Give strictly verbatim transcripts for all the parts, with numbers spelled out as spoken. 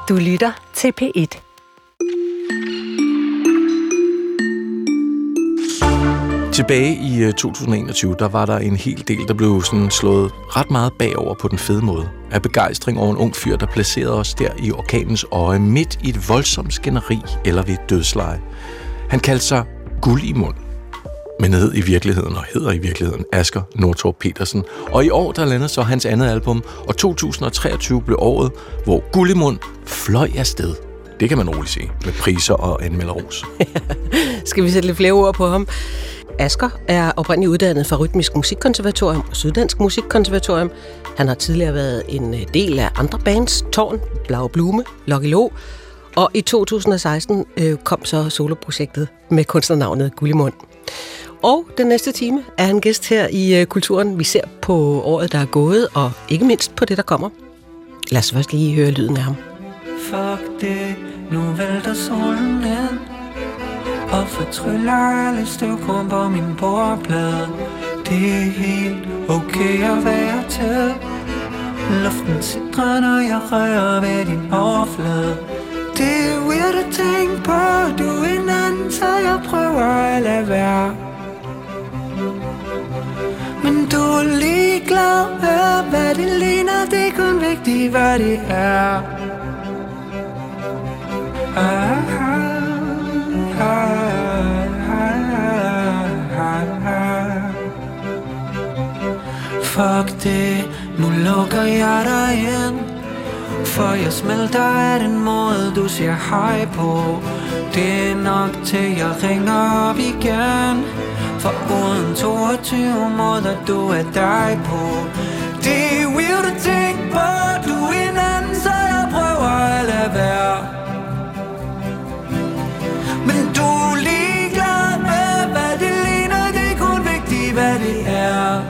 Du lytter til P et. Tilbage i to tusind og enogtyve, der var der en hel del, der blev sådan slået ret meget bagover på den fede måde. Af begejstring over en ung fyr, der placerede os der i orkanens øje, midt i et voldsomt skænderi eller ved et dødsleje. Han kaldte sig Guld i mund, men hed i virkeligheden og hedder i virkeligheden Asger Nordtorp Petersen. Og i år, der landede så hans andet album, og to tusind og treogtyve blev året, hvor Guld i mund fløj afsted. Det kan man roligt se, med priser og anmelderos. Skal vi sætte lidt flere ord på ham? Asger er oprindeligt uddannet fra Rytmisk Musikkonservatorium og Syddansk Musikkonservatorium. Han har tidligere været en del af andre bands, Tårn, Blaue Blume, Lucky Lo, og i to tusind og seksten øh, kom så soloprojektet med kunstnernavnet Guld i mund. Og den næste time er han gæst her i øh, Kulturen. Vi ser på året, der er gået, og ikke mindst på det, der kommer. Lad os først lige høre lyden af ham. Fuck det, nu vælter solen ind og fortryller alle støvkorn på min bordplade. Det er helt okay at være til. Luften sidder, når jeg rører ved din overflade. Det er weird at tænke på, du er en anden, så jeg prøver at lade være. Men du er ligeglad med, hvad det ligner. Det er kun vigtigt, hvad det er. Ah, ah, ah, ah. Fuck det, nu lukker jeg dig ind. For jeg smelter af den måde, du siger hej på. Det er nok til, jeg ringer op igen. For uden toogtyve måder, du er dig på. Det er weird at tænke på, du er en anden, så jeg prøver at lade være. Men du er ligeglad med, hvad det ligner. Det er kun vigtigt, hvad det er.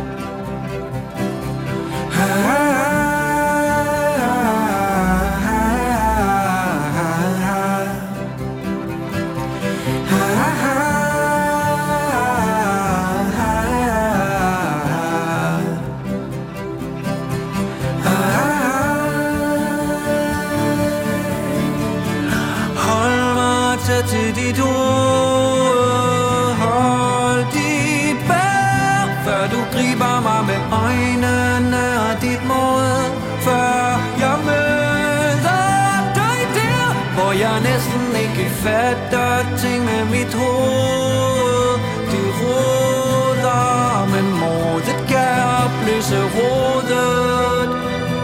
Til dit hoved, hold dit bær, før du griber mig med øjnene og dit mod, før jeg møder dig der, hvor jeg næsten ikke fatter ting med mit hoved. Det roder, men modet kan opløse rodet.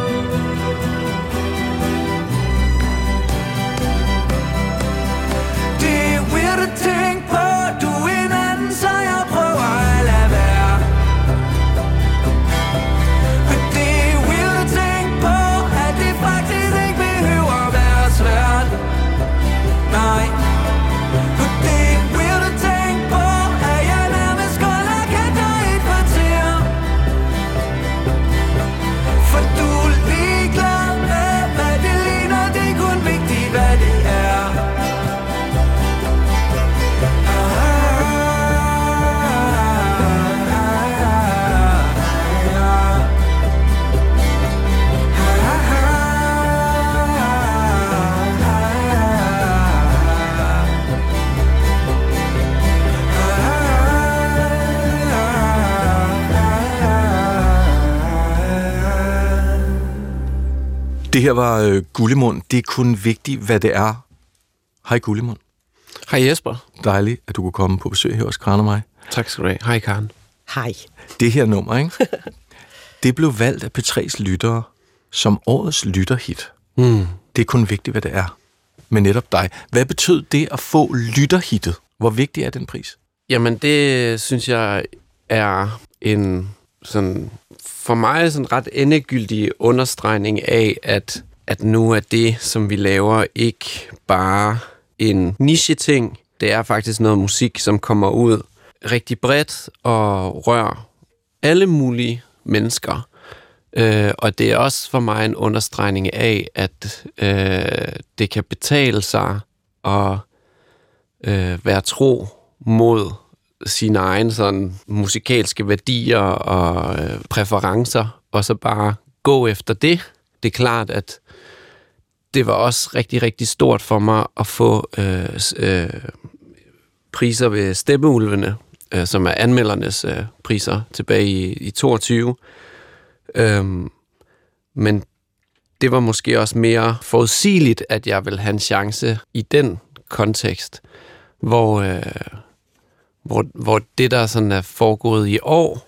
Tænk på, du er en anden, så jeg prøver at lade være. Men det er weird at tænke på, at det faktisk ikke behøver at være svært. Nej. Og det er weird at tænke på, at jeg nærmest kun har kendt dig et kvarter. For du er ligeglad med, hvad det ligner. Det er kun vigtigt, hvad det er. Det her var øh, Guld i mund. Det er kun vigtigt, hvad det er. Hej Guld i mund. Hej Jesper. Dejligt, at du kunne komme på besøg her hos Karen og mig. Tak skal du have. Hej Karen. Hej. Det her nummer, ikke? Det blev valgt af P tre's lyttere som årets lytterhit. Mm. Det er kun vigtigt, hvad det er. Med netop dig. Hvad betød det at få lytterhittet? Hvor vigtig er den pris? Jamen det synes jeg er en sådan for mig sådan ret endegyldig understregning af, at, at nu er det, som vi laver, ikke bare en niche-ting. Det er faktisk noget musik, som kommer ud rigtig bredt og rører alle mulige mennesker. Øh, og det er også for mig en understregning af, at øh, det kan betale sig at øh, være tro mod sine egne sådan musikalske værdier og øh, præferencer, og så bare gå efter det. Det er klart, at det var også rigtig, rigtig stort for mig at få øh, øh, priser ved Steppeulvene, øh, som er anmeldernes øh, priser tilbage i, i toogtyve. Øhm, men det var måske også mere forudsigeligt, at jeg ville have en chance i den kontekst, hvor, øh, hvor, hvor det, der sådan er foregået i år,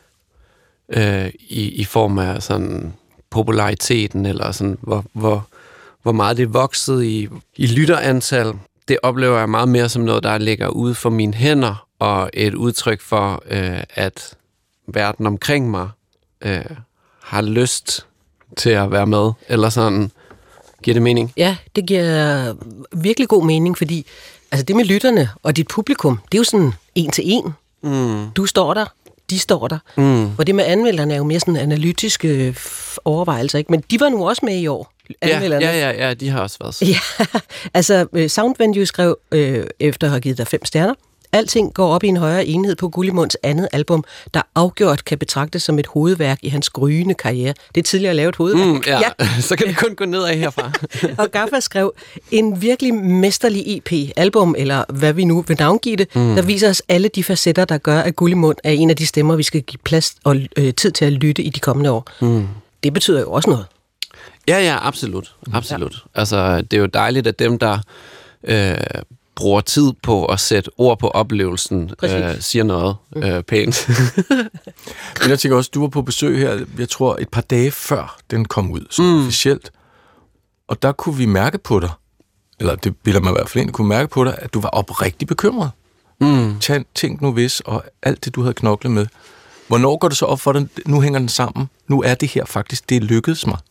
øh, i, i form af sådan populariteten, eller sådan, hvor, hvor, hvor meget det voksede i, i lytterantal, det oplever jeg meget mere som noget, der ligger ude for mine hænder, og et udtryk for, øh, at verden omkring mig øh, har lyst til at være med, eller sådan. Giver det mening? Ja, det giver virkelig god mening, fordi altså det med lytterne og dit publikum, det er jo sådan en til en. Mm. Du står der, de står der. Mm. Og det med anmelderne er jo mere sådan analytiske overvejelser, ikke? Men de var nu også med i år. Ja, ja, ja, ja, de har også været så. Ja, altså Soundvenue skrev, øh, efter at have givet dig fem stjerner, alting går op i en højere enhed på Gullimunds andet album, der afgjort kan betragtes som et hovedværk i hans gryende karriere. Det er tidligere lavet hovedværk. Mm, ja. ja, så kan det kun gå nedad herfra. Og Gaffa skrev en virkelig mesterlig E P, album, eller hvad vi nu vil navngive det, mm. der viser os alle de facetter, der gør, at Gullimund er en af de stemmer, vi skal give plads og øh, tid til at lytte i de kommende år. Mm. Det betyder jo også noget. Ja, ja, absolut. Absolut. Ja. Altså, det er jo dejligt, at dem, der øh, bruger tid på at sætte ord på oplevelsen, øh, siger noget øh, pænt. Men jeg tænker også, du var på besøg her, jeg tror, et par dage før den kom ud, så mm. officielt. Og der kunne vi mærke på dig, eller det bilder mig i hvert fald ind, kunne mærke på dig, at du var oprigtig bekymret. Mm. Tænk nu hvis, og alt det, du havde knoklet med. Hvornår går det så op for dig, nu hænger den sammen, nu er det her faktisk, det lykkedes mig?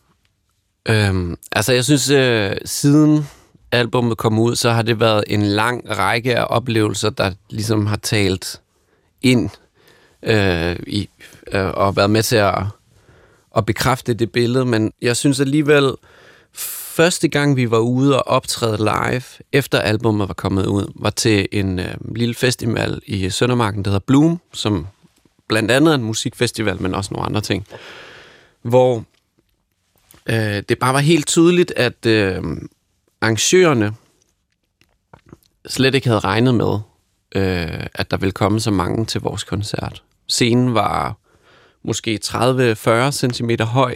Øhm, altså, jeg synes, øh, siden albumet kom ud, så har det været en lang række af oplevelser, der ligesom har talt ind øh, i, øh, og været med til at, at bekræfte det billede. Men jeg synes alligevel, første gang vi var ude og optræde live, efter albumet var kommet ud, var til en øh, lille festival i Søndermarken, der hedder Bloom, som blandt andet er en musikfestival, men også nogle andre ting, hvor øh, det bare var helt tydeligt, at øh, arrangørerne slet ikke havde regnet med, øh, at der ville komme så mange til vores koncert. Scenen var måske tredive til fyrre centimeter høj,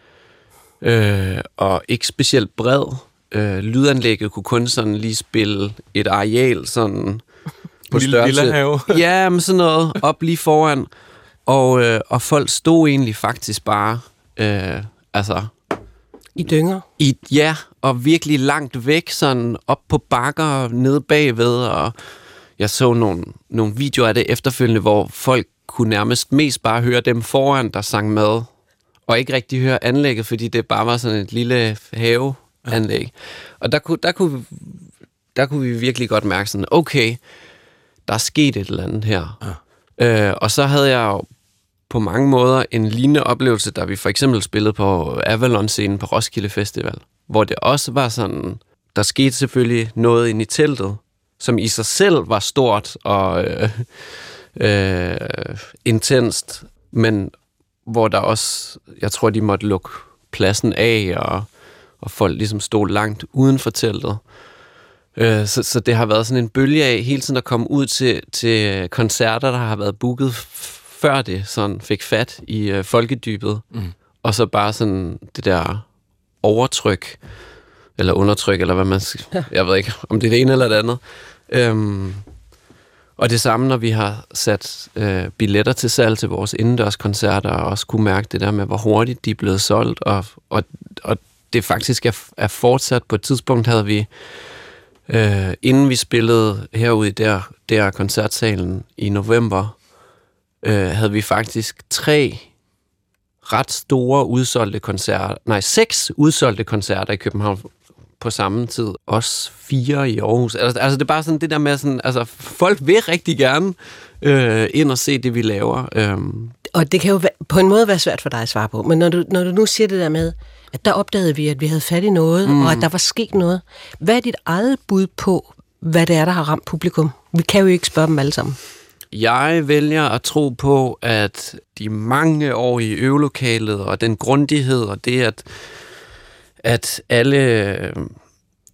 øh, og ikke specielt bred. Øh, lydanlægget kunne kun sådan lige spille et areal sådan på størrelse. Lille have. Ja, men sådan noget op lige foran. Og, øh, og folk stod egentlig faktisk bare, øh, altså... I dynger? I, ja, og virkelig langt væk, sådan op på bakker, nede bagved, og jeg så nogle, nogle videoer af det efterfølgende, hvor folk kunne nærmest mest bare høre dem foran, der sang med, og ikke rigtig høre anlægget, fordi det bare var sådan et lille haveanlæg. Ja. Og der kunne, der, kunne, der kunne vi virkelig godt mærke sådan, okay, der er sket et eller andet her. Ja. Øh, og så havde jeg jo på mange måder en lignende oplevelse, da vi for eksempel spillede på Avalon-scenen på Roskilde Festival, hvor det også var sådan, der skete selvfølgelig noget inde i teltet, som i sig selv var stort og øh, øh, intenst, men hvor der også, jeg tror, de måtte lukke pladsen af, og, og folk ligesom stod langt uden for teltet. Øh, så, så det har været sådan en bølge af hele tiden at komme ud til, til koncerter, der har været booket før det sådan fik fat i øh, folkedybet, mm. og så bare sådan det der overtryk, eller undertryk, eller hvad man skal, ja. Jeg ved ikke, om det er det ene eller det andet. Øhm, og det samme, når vi har sat øh, billetter til salg til vores indendørskoncerter, og også kunne mærke det der med, hvor hurtigt de er blevet solgt, og, og, og det faktisk er, er fortsat. På et tidspunkt havde vi, øh, inden vi spillede herude i der, der koncertsalen i november, Øh, havde vi faktisk tre ret store udsolgte koncerter, nej, seks udsolgte koncerter i København på samme tid. Også fire i Aarhus. Altså, altså det er bare sådan det der med sådan, altså folk vil rigtig gerne øh, ind og se det, vi laver. Øhm. Og det kan jo være, på en måde være svært for dig at svare på, men når du, når du nu siger det der med, at der opdagede vi, at vi havde fat i noget, mm. og at der var sket noget. Hvad er dit eget bud på, hvad det er, der har ramt publikum? Vi kan jo ikke spørge dem alle sammen. Jeg vælger at tro på, at de mange år i øvelokalet, og den grundighed, og det, at, at alle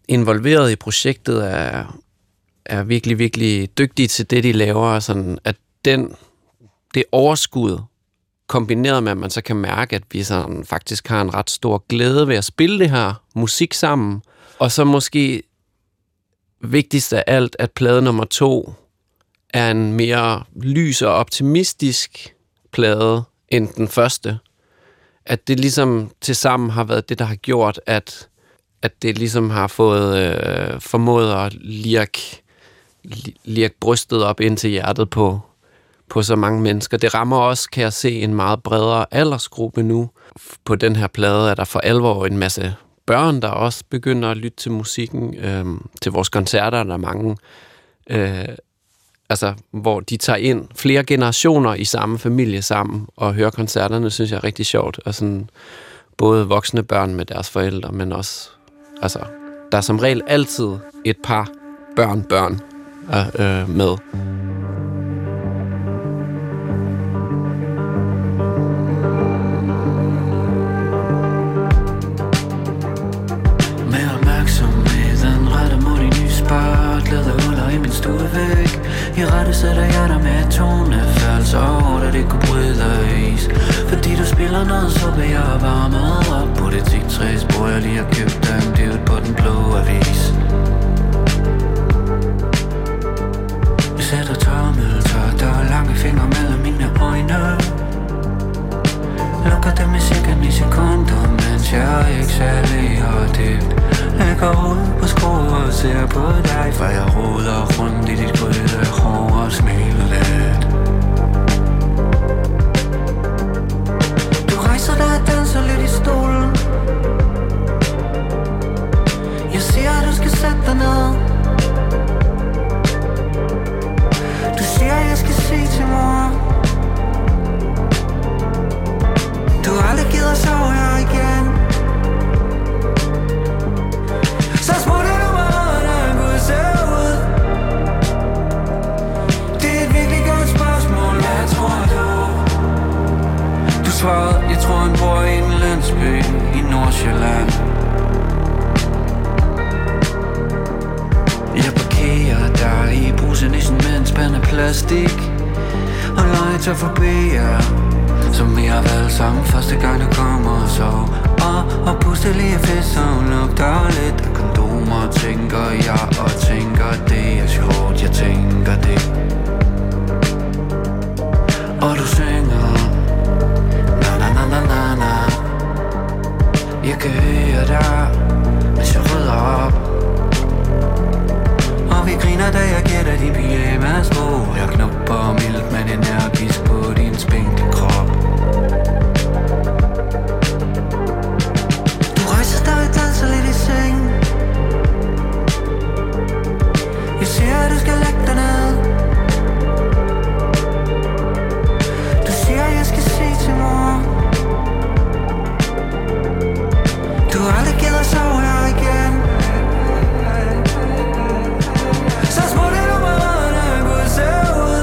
involveret i projektet, er, er virkelig, virkelig dygtige til det, de laver, sådan at den, det overskud, kombineret med, at man så kan mærke, at vi sådan faktisk har en ret stor glæde ved at spille det her musik sammen, og så måske vigtigst af alt, at plade nummer to er en mere lys og optimistisk plade end den første. At det ligesom tilsammen har været det, der har gjort, at, at det ligesom har fået øh, formået at lirke, lirke brystet op ind til hjertet på, på så mange mennesker. Det rammer også, kan jeg se, en meget bredere aldersgruppe nu. På den her plade er der for alvor en masse børn, der også begynder at lytte til musikken. Øh, til vores koncerter der er mange, øh, altså, hvor de tager ind flere generationer i samme familie sammen og hører koncerterne, synes jeg er rigtig sjovt. Og sådan, både voksne børn med deres forældre, men også, altså, der er som regel altid et par børn-børn øh, med. I rette sætter jeg dig med tonefald, så hårdt at det kunne bryde is. Fordi du spiller noget, så vil jeg varmet op. På det teaktræs, hvor jeg lige har købt dig en dude på den blå avis. Jeg sætter tommeltot og lange fingre mellem mine øjne. Lukker dem i cirka ni sekunder, mens jeg exhalerer dybt. Lægger ud på skru og ser på dig, for jeg roder rundt i dit grøde hår og smiler lidt. Du rejser dig og danser lidt i stolen. Jeg siger, at du skal sætte dig ned. Du siger, at jeg skal sige til mor. Du har aldrig givet at sove her igen. Så smutter du mig, hvordan Gud ser ud. Det er et virkelig godt spørgsmål. Hvad tror du? Du svarede, jeg tror han bor i en landsby i Nordsjælland. Jeg parkerer dig i brusenissen med en spand af plastik og leger forbi jer, som vi har valgt sammen første gang du kommer og sov. Og, og puste lige fisk, som lugter lidt af kondomer, tænker jeg, og tænker det er sjovt, jeg tænker det. Og du synger na na na na na na. Jeg kan høre dig, mens jeg rydder op. Og vi griner, da jeg giver dig din pyjamas på. Jeg knupper mildt, men energisk på din spinkle krop. Du rejser dig og danser lidt i seng. Jeg siger, at du skal lægge dig ned. Du siger, at jeg skal sige til mor. Du har aldrig givet at sove her igen. Så smutter du mig, hvordan Gud ser ud.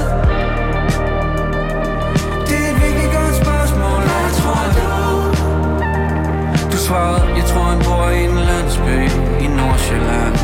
Det er et virkelig godt spørgsmål. Hvad tror du? Du svarede, jeg tror han bor i en landsby i Nordsjælland.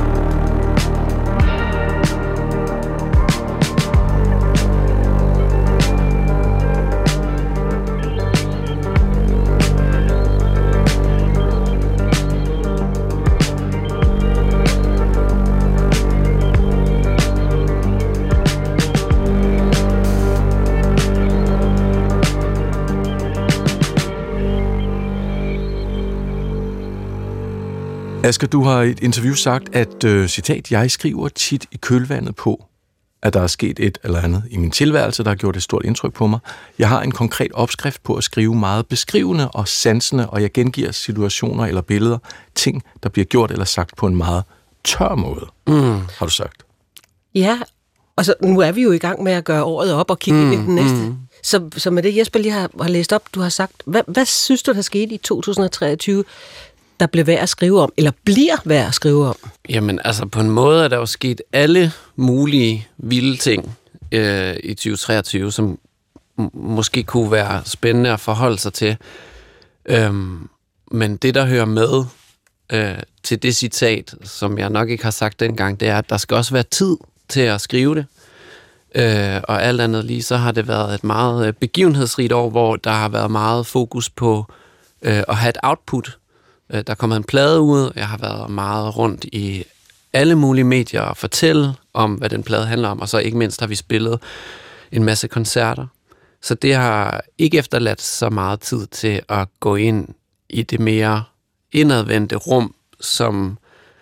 Asger, du har i et interview sagt, at, øh, citat, jeg skriver tit i kølvandet på, at der er sket et eller andet i min tilværelse, der har gjort et stort indtryk på mig. Jeg har en konkret opskrift på at skrive meget beskrivende og sansende, og jeg gengiver situationer eller billeder, ting, der bliver gjort eller sagt på en meget tør måde, mm. har du sagt. Ja, og så nu er vi jo i gang med at gøre året op og kigge mm, ind i den næste. Mm. Så, så med det, Jesper lige har, har læst op, du har sagt, hvad, hvad synes du, der skete i to tusind og treogtyve, der blev værd at skrive om, eller bliver værd at skrive om? Jamen, altså på en måde er der jo sket alle mulige vilde ting øh, i tyve treogtyve, som m- måske kunne være spændende at forholde sig til. Øhm, men det, der hører med øh, til det citat, som jeg nok ikke har sagt dengang, det er, at der skal også være tid til at skrive det. Øh, og alt andet lige, så har det været et meget begivenhedsrigt år, hvor der har været meget fokus på øh, at have et output. Øh, der er kommet en plade ud, jeg har været meget rundt i alle mulige medier og fortælle om, hvad den plade handler om, og så ikke mindst har vi spillet en masse koncerter. Så det har ikke efterladt så meget tid til at gå ind i det mere indadvendte rum, som,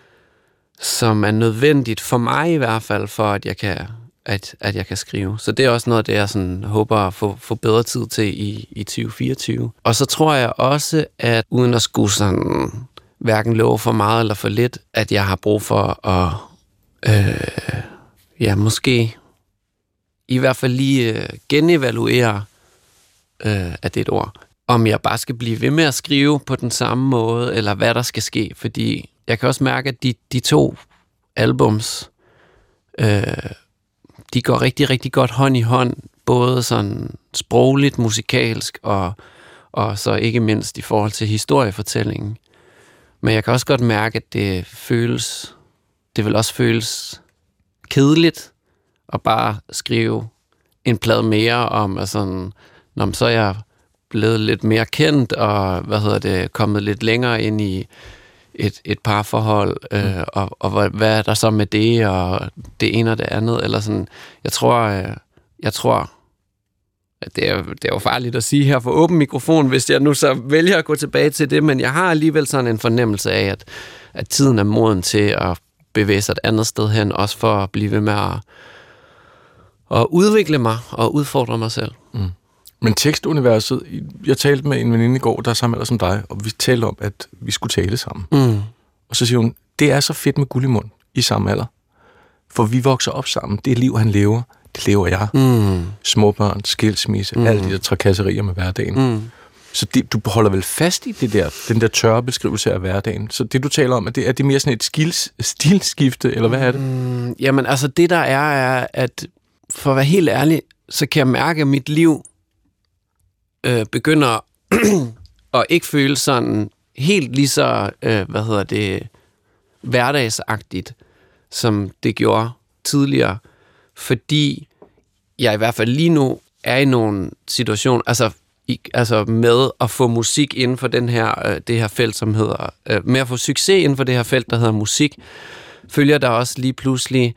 som er nødvendigt for mig i hvert fald, for at jeg kan, at, at jeg kan skrive. Så det er også noget, det jeg sådan håber at få, få bedre tid til i, i tyve fireogtyve. Og så tror jeg også, at uden at skulle sådan hverken love for meget eller for lidt, at jeg har brug for at øh, ja, måske i hvert fald lige øh, genevaluere, øh, at det er et ord, om jeg bare skal blive ved med at skrive på den samme måde, eller hvad der skal ske. Fordi jeg kan også mærke, at de, de to albums, øh, de går rigtig, rigtig godt hånd i hånd, både sådan sprogligt, musikalsk, og, og så ikke mindst i forhold til historiefortællingen. Men jeg kan også godt mærke, at det føles, det vil også føles kedeligt at bare skrive en plade mere om, at sådan, når så er jeg blevet lidt mere kendt, og hvad hedder det, kommet lidt længere ind i et, et parforhold, øh, mm. og, og hvad, hvad er der så med det, og det ene og det andet, eller sådan. Jeg tror, øh, jeg tror, at det er, det er jo farligt at sige her for åben mikrofon, hvis jeg nu så vælger at gå tilbage til det, men jeg har alligevel sådan en fornemmelse af, at, at tiden er moden til at bevæge sig et andet sted hen, også for at blive ved med at, at udvikle mig og udfordre mig selv. Mm. Men tekstuniverset, jeg talte med en veninde i går, der er samme alder som dig, og vi talte om, at vi skulle tale sammen. Mm. Og så siger hun, det er så fedt med guld i mund i samme alder. For vi vokser op sammen. Det liv, han lever, det lever jeg. Mm. Småbørn, skilsmisse, mm. alle de der trakasserier med hverdagen. Mm. Så det, du holder vel fast i det der, den der tørre beskrivelse af hverdagen. Så det, du taler om, er det, er det mere sådan et skils, stilskifte, eller hvad er det? Mm, jamen, altså det der er, er, at for at være helt ærlig, så kan jeg mærke, at mit liv øh, begynder at ikke føle sådan helt lige så, øh, hvad hedder det, hverdagsagtigt, som det gjorde tidligere. Fordi jeg i hvert fald lige nu er i nogle situationer, altså, i, altså med at få musik inden for den her, øh, det her felt, som hedder, øh, med at få succes inden for det her felt, der hedder musik, følger der også lige pludselig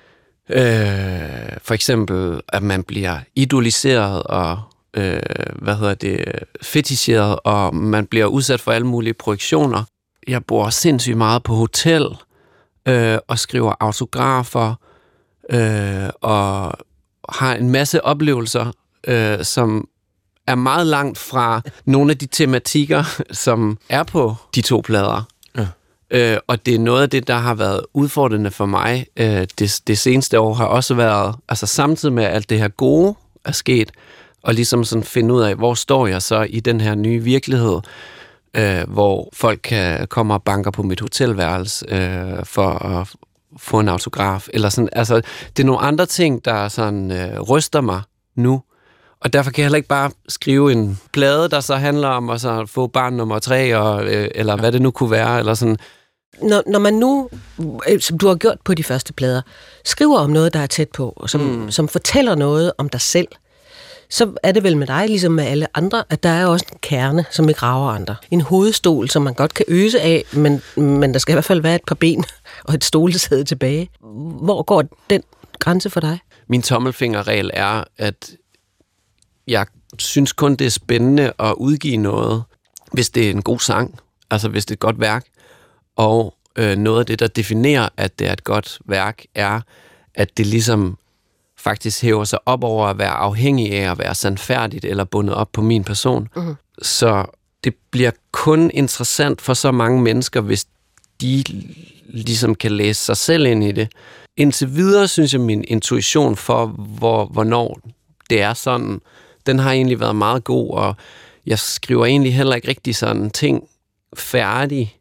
øh, for eksempel, at man bliver idoliseret og øh, hvad hedder det, feticheret, og man bliver udsat for alle mulige projektioner. Jeg bor sindssygt meget på hotel øh, og skriver autografer øh, og har en masse oplevelser, øh, som er meget langt fra nogle af de tematikker, som er på de to plader. Ja. Øh, og det er noget af det, der har været udfordrende for mig øh, det, det seneste år, har også været, altså samtidig med alt det her gode er sket, og ligesom sådan finde ud af, hvor står jeg så i den her nye virkelighed, øh, hvor folk kan komme og banker på mit hotelværelse øh, for at få en autograf, eller sådan, altså, det er nogle andre ting, der sådan øh, ryster mig nu, og derfor kan jeg heller ikke bare skrive en plade, der så handler om at så få barn nummer tre, og, øh, eller hvad det nu kunne være, eller sådan. Når, når man nu, som du har gjort på de første plader, skriver om noget, der er tæt på, og som, mm. som fortæller noget om dig selv, så er det vel med dig, ligesom med alle andre, at der er også en kerne, som ikke rager andre. En hovedstol, som man godt kan øse af, men, men der skal i hvert fald være et par ben og et stolesæde tilbage. Hvor går den grænse for dig? Min tommelfingerregel er, at jeg synes kun, det er spændende at udgive noget, hvis det er en god sang, altså hvis det er et godt værk. Og øh, noget af det, der definerer, at det er et godt værk, er, at det ligesom faktisk hæver sig op over at være afhængig af at være sandfærdigt eller bundet op på min person. Uh-huh. Så det bliver kun interessant for så mange mennesker, hvis de ligesom kan læse sig selv ind i det. Indtil videre synes jeg, min intuition for, hvor, hvornår det er sådan, den har egentlig været meget god, og jeg skriver egentlig heller ikke rigtig sådan ting færdig,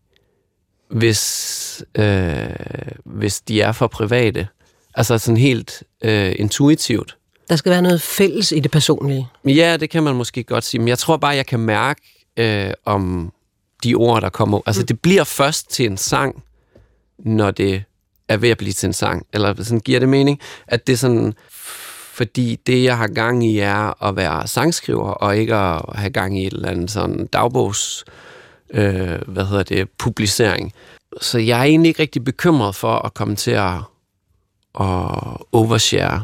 hvis, øh, hvis de er for private. Altså sådan helt øh, intuitivt. Der skal være noget fælles i det personlige. Ja, det kan man måske godt sige, men jeg tror bare, jeg kan mærke, øh, om de ord, der kommer. Altså, det bliver først til en sang, når det er ved at blive til en sang. Eller sådan giver det mening, at det er sådan, fordi det, jeg har gang i, er at være sangskriver, og ikke at have gang i et eller andet sådan dagbogs, øh, hvad hedder det, publicering. Så jeg er egentlig ikke rigtig bekymret for at komme til at, at overshare.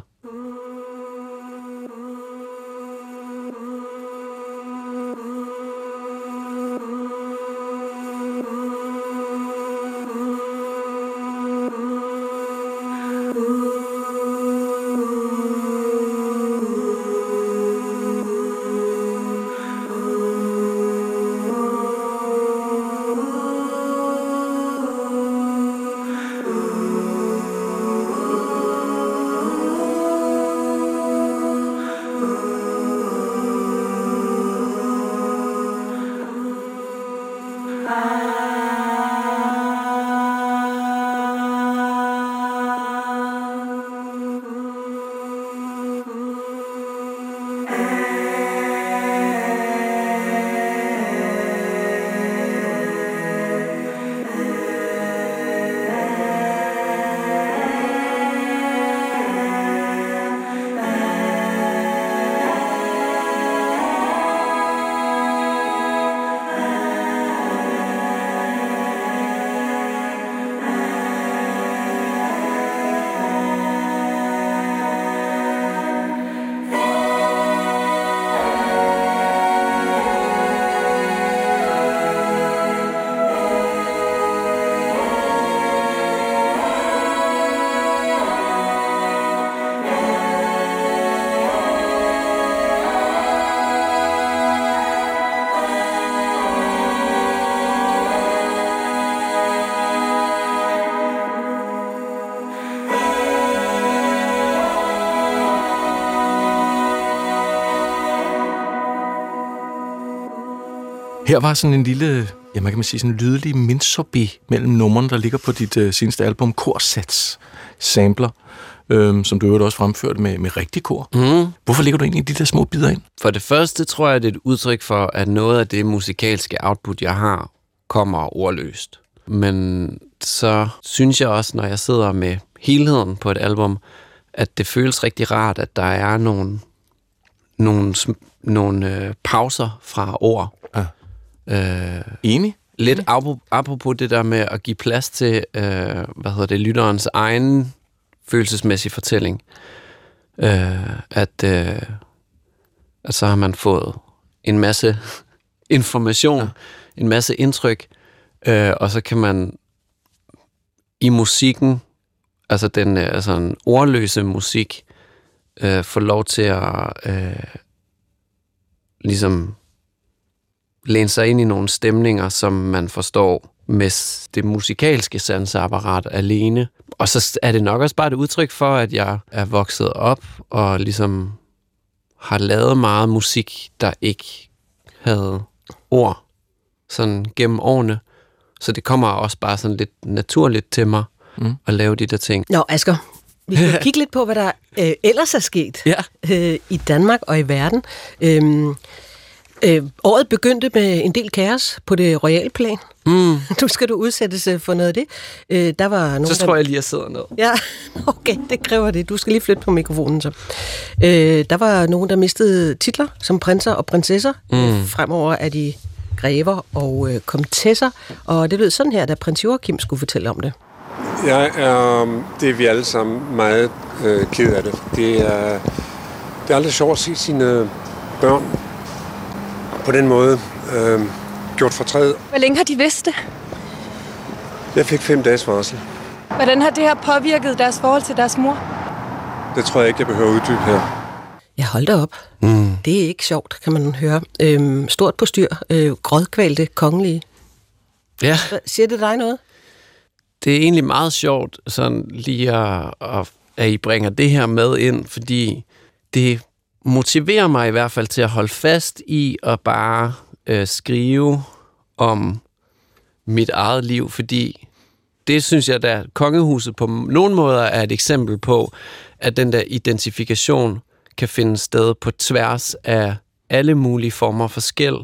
Her var sådan en lille, ja, man kan sige sådan en lydelig minsobi mellem numrene, der ligger på dit uh, seneste album, Korsats sampler, øhm, som du jo også fremførte med, med rigtig kor. Mm. Hvorfor lægger du egentlig de der små bidder ind? For det første tror jeg, det er et udtryk for, at noget af det musikalske output, jeg har, kommer ordløst. Men så synes jeg også, når jeg sidder med helheden på et album, at det føles rigtig rart, at der er nogle, nogle, nogle øh, pauser fra ord. Ja. Øh, Enig? Lidt apropos det der med at give plads til, øh, hvad hedder det, lytterens egen følelsesmæssige fortælling. Øh, at, øh, at så har man fået en masse information, ja. en masse indtryk, øh, og så kan man i musikken, altså den altså en ordløse musik, øh, få lov til at øh, ligesom læne sig ind i nogle stemninger, som man forstår med det musikalske sanseapparat alene. Og så er det nok også bare et udtryk for, at jeg er vokset op og ligesom har lavet meget musik, der ikke havde ord sådan gennem årene. Så det kommer også bare sådan lidt naturligt til mig mm. at lave de der ting. Nå, Asger, vi skal kigge lidt på, hvad der øh, ellers er sket ja. øh, i Danmark og i verden. Øhm, øh, året begyndte med en del kaos på det royale plan. Mm. Nu skal du udsættes for noget af det. Øh, der var nogen, så tror jeg lige, jeg sidder ned. Ja, okay, det kræver det. Du skal lige flytte på mikrofonen så. Øh, der var nogen, der mistede titler som prinser og prinsesser. Mm. Fremover er de grever og øh, komtesser. Og det lød sådan her, da prins Joachim skulle fortælle om det. Jeg er, det er vi alle sammen meget øh, ked af det. Det er, det er aldrig sjovt at se sine børn på den måde øh, gjort fortræd. Hvor længe har de vidst det? Jeg fik fem dages varsel. Hvordan har det her påvirket deres forhold til deres mor? Det tror jeg ikke, jeg behøver at uddybe her. Ja, hold da op. Mm. Det er ikke sjovt, kan man høre. Øhm, stort på styr. Øh, grådkvalte kongelige. Ja. Siger det dig noget? Det er egentlig meget sjovt, sådan lige at, at I bringer det her med ind, fordi det motiverer mig i hvert fald til at holde fast i at bare øh, skrive om mit eget liv, fordi det synes jeg, at kongehuset på nogle måder er et eksempel på, at den der identifikation kan finde sted på tværs af alle mulige former for skel.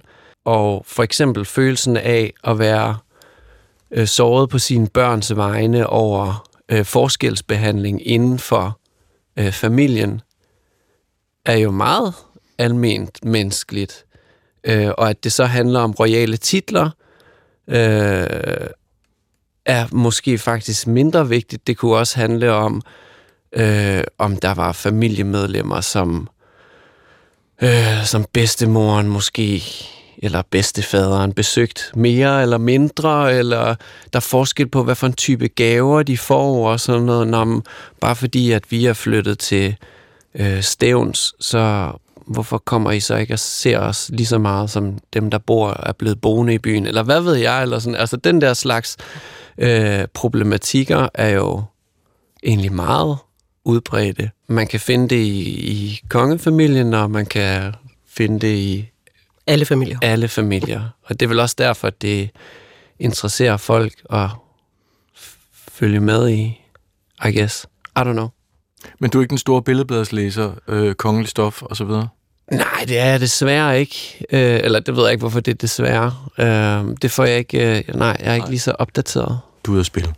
og for eksempel følelsen af at være øh, såret på sine børns vegne over øh, forskelsbehandling inden for øh, familien, er jo meget alment menneskeligt. Øh, og at det så handler om royale titler, øh, er måske faktisk mindre vigtigt. Det kunne også handle om, øh, om der var familiemedlemmer, som, øh, som bedstemoren måske, eller bedstefaderen besøgt mere eller mindre, eller der er forskel på, hvad for en type gaver de får, og sådan noget. Når, bare fordi, at vi er flyttet til øh, Stevns, så hvorfor kommer I så ikke og ser os lige så meget, som dem, der bor, er blevet boende i byen? Eller hvad ved jeg? Eller sådan. Altså, den der slags øh, problematikker er jo egentlig meget udbredte. Man kan finde det i, i kongefamilien, og man kan finde det i alle familier. Alle familier. Og det er vel også derfor, at det interesserer folk at f- følge med i, I guess. I don't know. Men du er ikke den store billedbladslæser, øh, kongelig stof og så videre? Nej, det er jeg desværre ikke. Øh, eller det ved jeg ikke, hvorfor det er desværre. Øh, det får jeg ikke... Øh, nej, jeg er ikke lige så opdateret. Du er ude at spille.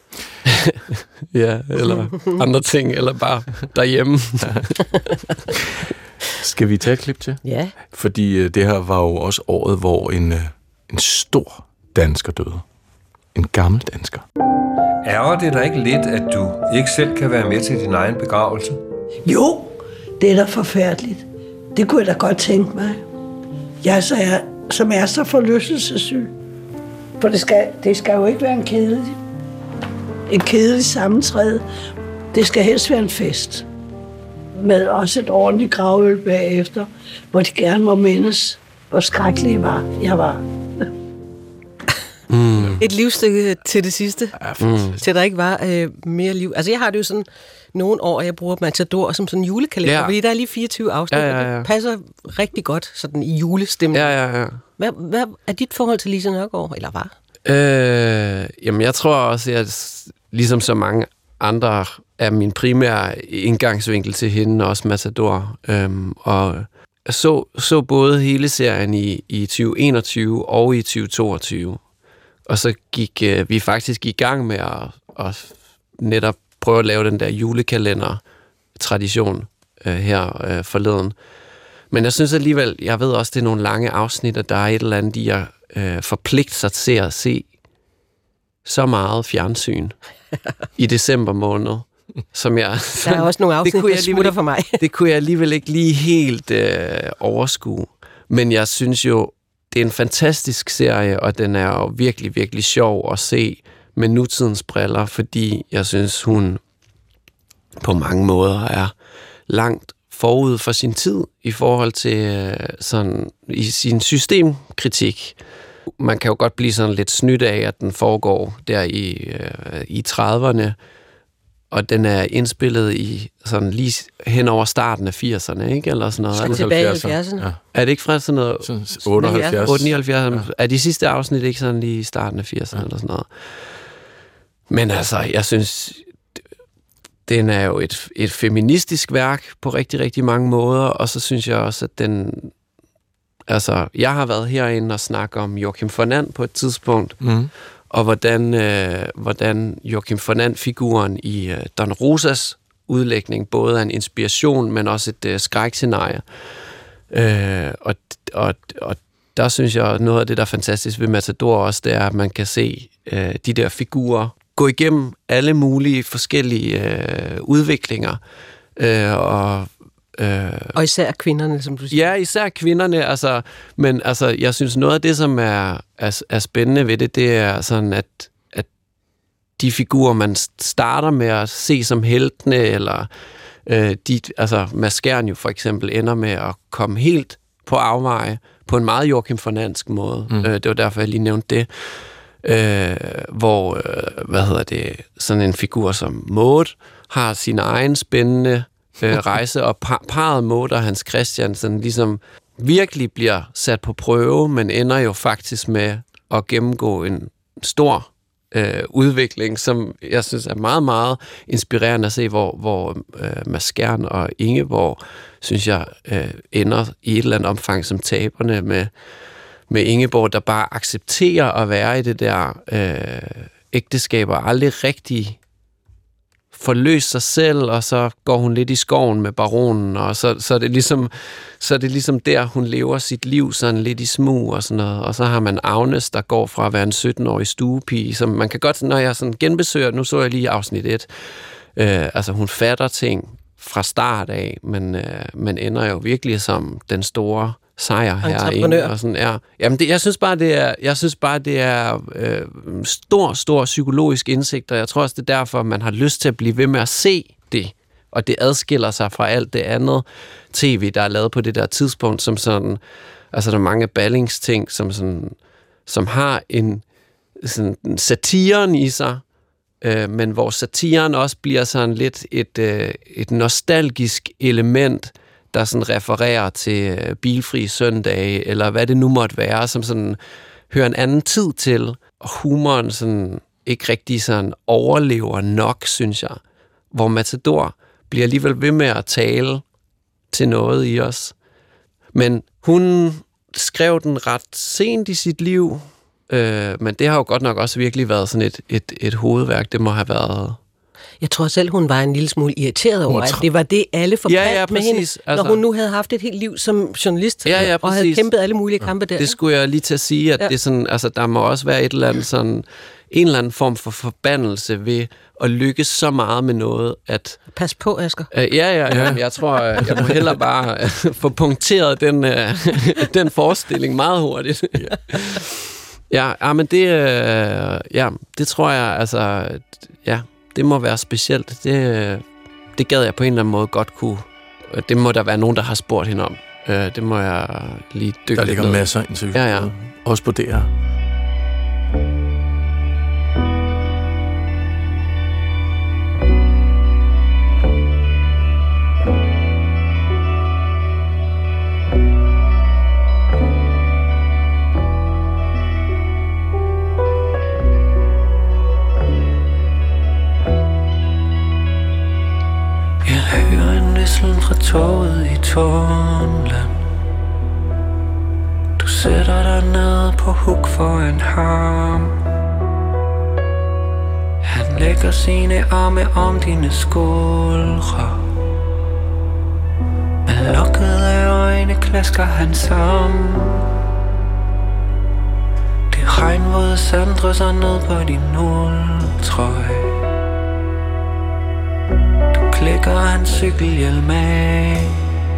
Ja, eller andre ting, eller bare derhjemme. Skal vi tage et klip til? Ja. Fordi øh, det her var jo også året, hvor en, øh, en stor dansker døde. En gammel dansker. Ærger det dig ikke lidt, at du ikke selv kan være med til din egen begravelse? Jo, det er da forfærdeligt. Det kunne jeg da godt tænke mig. Jeg så er, som er så forlystelsessyg. For det skal, det skal jo ikke være en kedelig, en kedelig sammentræde. Det skal helst være en fest. Med også et ordentligt gravøl bagefter, hvor de gerne må mindes, hvor skrækkelig var jeg var. Mm. Et livsstykke til det sidste, ja, mm. til der ikke var øh, mere liv. Altså jeg har det jo sådan nogle år, jeg bruger Matador som sådan en julekalender, ja. Fordi der er lige fireogtyve afsnit, ja, ja, ja. Og det passer rigtig godt sådan i julestemning. Ja, ja, ja. Hvad, hvad er dit forhold til Lise Nørgaard, eller var? Øh, jamen jeg tror også, at ligesom så mange andre er min primære indgangsvinkel til hende også Matador. Øhm, og så, så både hele serien i, i tyve enogtyve og i tyve toogtyve. Og så gik øh, vi faktisk i gang med at, at netop prøve at lave den der julekalender-tradition øh, her øh, forleden. Men jeg synes alligevel, jeg ved også, det er nogle lange afsnit, og der er et eller andet, de jeg øh, forpligter sig til at se så meget fjernsyn i december måned, som jeg... Der er også nogle afsnit, der smutter for mig. Det kunne jeg alligevel ikke lige helt øh, overskue. Men jeg synes jo, det er en fantastisk serie, og den er jo virkelig, virkelig sjov at se med nutidens briller, fordi jeg synes, hun på mange måder er langt forud for sin tid i forhold til sådan i sin systemkritik. Man kan jo godt blive sådan lidt snydt af, at den foregår der i, øh, i trediverne, og den er indspillet i sådan lige hen over starten af firserne, ikke? Eller sådan noget. Så tilbage i halvfjerdserne. Ja. Er det ikke fra sådan noget... otteoghalvfjerds. otteoghalvfjerds. Ja. Er de sidste afsnit ikke sådan lige i starten af firserne, ja. Eller sådan noget? Men altså, jeg synes, den er jo et, et feministisk værk på rigtig, rigtig mange måder, og så synes jeg også, at den... Altså, jeg har været herinde og snakke om Joachim Fernand på et tidspunkt, mm. og hvordan, øh, hvordan Joachim Fernand-figuren i øh, Don Rosas udlægning både er en inspiration, men også et øh, skrækscenarie. Øh, og, og, og der synes jeg, noget af det, der er fantastisk ved Matador også, det er, at man kan se øh, de der figurer gå igennem alle mulige forskellige øh, udviklinger, øh, og Øh, og især kvinderne, som du siger. Ja, især kvinderne, altså, men altså, jeg synes, noget af det, som er, er, er spændende ved det, det er sådan, at, at de figurer, man starter med at se som heltene, eller øh, de, altså, Maskern jo for eksempel ender med at komme helt på afveje, på en meget Joachim Fernandsk måde. Mm. Øh, det var derfor, jeg lige nævnte det. Øh, hvor, øh, hvad hedder det, sådan en figur som Maud har sin egen spændende øh, rejse, og par, parret Maud og Hans Christian sådan ligesom virkelig bliver sat på prøve, men ender jo faktisk med at gennemgå en stor øh, udvikling, som jeg synes er meget, meget inspirerende at se, hvor, hvor øh, Maskern og Ingeborg, synes jeg, øh, ender i et eller andet omfang som taberne med, med Ingeborg, der bare accepterer at være i det der øh, ægteskab, og aldrig rigtig får løst sig selv, og så går hun lidt i skoven med baronen, og så, så, er det ligesom, så er det ligesom der, hun lever sit liv sådan lidt i smug og sådan noget. Og så har man Agnes, der går fra at være en sytten-årig stuepige, som man kan godt, når jeg sådan genbesøger, nu så jeg lige afsnit et, øh, altså hun fatter ting fra start af, men, øh, men ender jo virkelig som den store sejr herinde. Og sådan, ja. Jamen det, jeg synes bare, det er, jeg synes bare, det er øh, stor, stor psykologisk indsigt, og jeg tror også, det er derfor, man har lyst til at blive ved med at se det. Og det adskiller sig fra alt det andet tv, der er lavet på det der tidspunkt, som sådan, altså der er mange ballingsting, som sådan, som har en sådan en satiren i sig, øh, men hvor satiren også bliver sådan lidt et, øh, et nostalgisk element, der sådan refererer til bilfri søndage, eller hvad det nu måtte være, som sådan hører en anden tid til, og humoren sådan ikke rigtig sådan overlever nok, synes jeg. Hvor Matador bliver alligevel ved med at tale til noget i os. Men hun skrev den ret sent i sit liv, øh, men det har jo godt nok også virkelig været sådan et, et, et hovedværk. Det må have været... Jeg tror selv, hun var en lille smule irriteret over, at det var det, alle forbandt ja, ja, med hende, altså, når hun nu havde haft et helt liv som journalist, ja, ja, og havde kæmpet alle mulige kampe der. Det skulle jeg lige til at sige, at ja. det sådan, altså, der må også være et eller andet sådan, en eller anden form for forbandelse ved at lykkes så meget med noget, at... Pas på, Asger. Øh, ja, ja, ja, jeg tror, jeg må hellere bare øh, få punkteret den, øh, den forestilling meget hurtigt. ja, ja, men det, øh, ja, det tror jeg, altså, ja, det må være specielt. Det, det gad jeg på en eller anden måde godt kunne. Det må der være nogen, der har spurgt hende om. Det må jeg lige dykke lidt ned. Der ligger masser af interviews. Ja, ja. Også på D R. Fra toget i tunnelen. Du sætter dig ned på huk foran ham. Han lægger sine arme om dine skuldre. Med lukkede øjne klasker han sammen. Det regnvåde sand drysser ned på din uldtrøje. Klikker hans cykelhjelm af.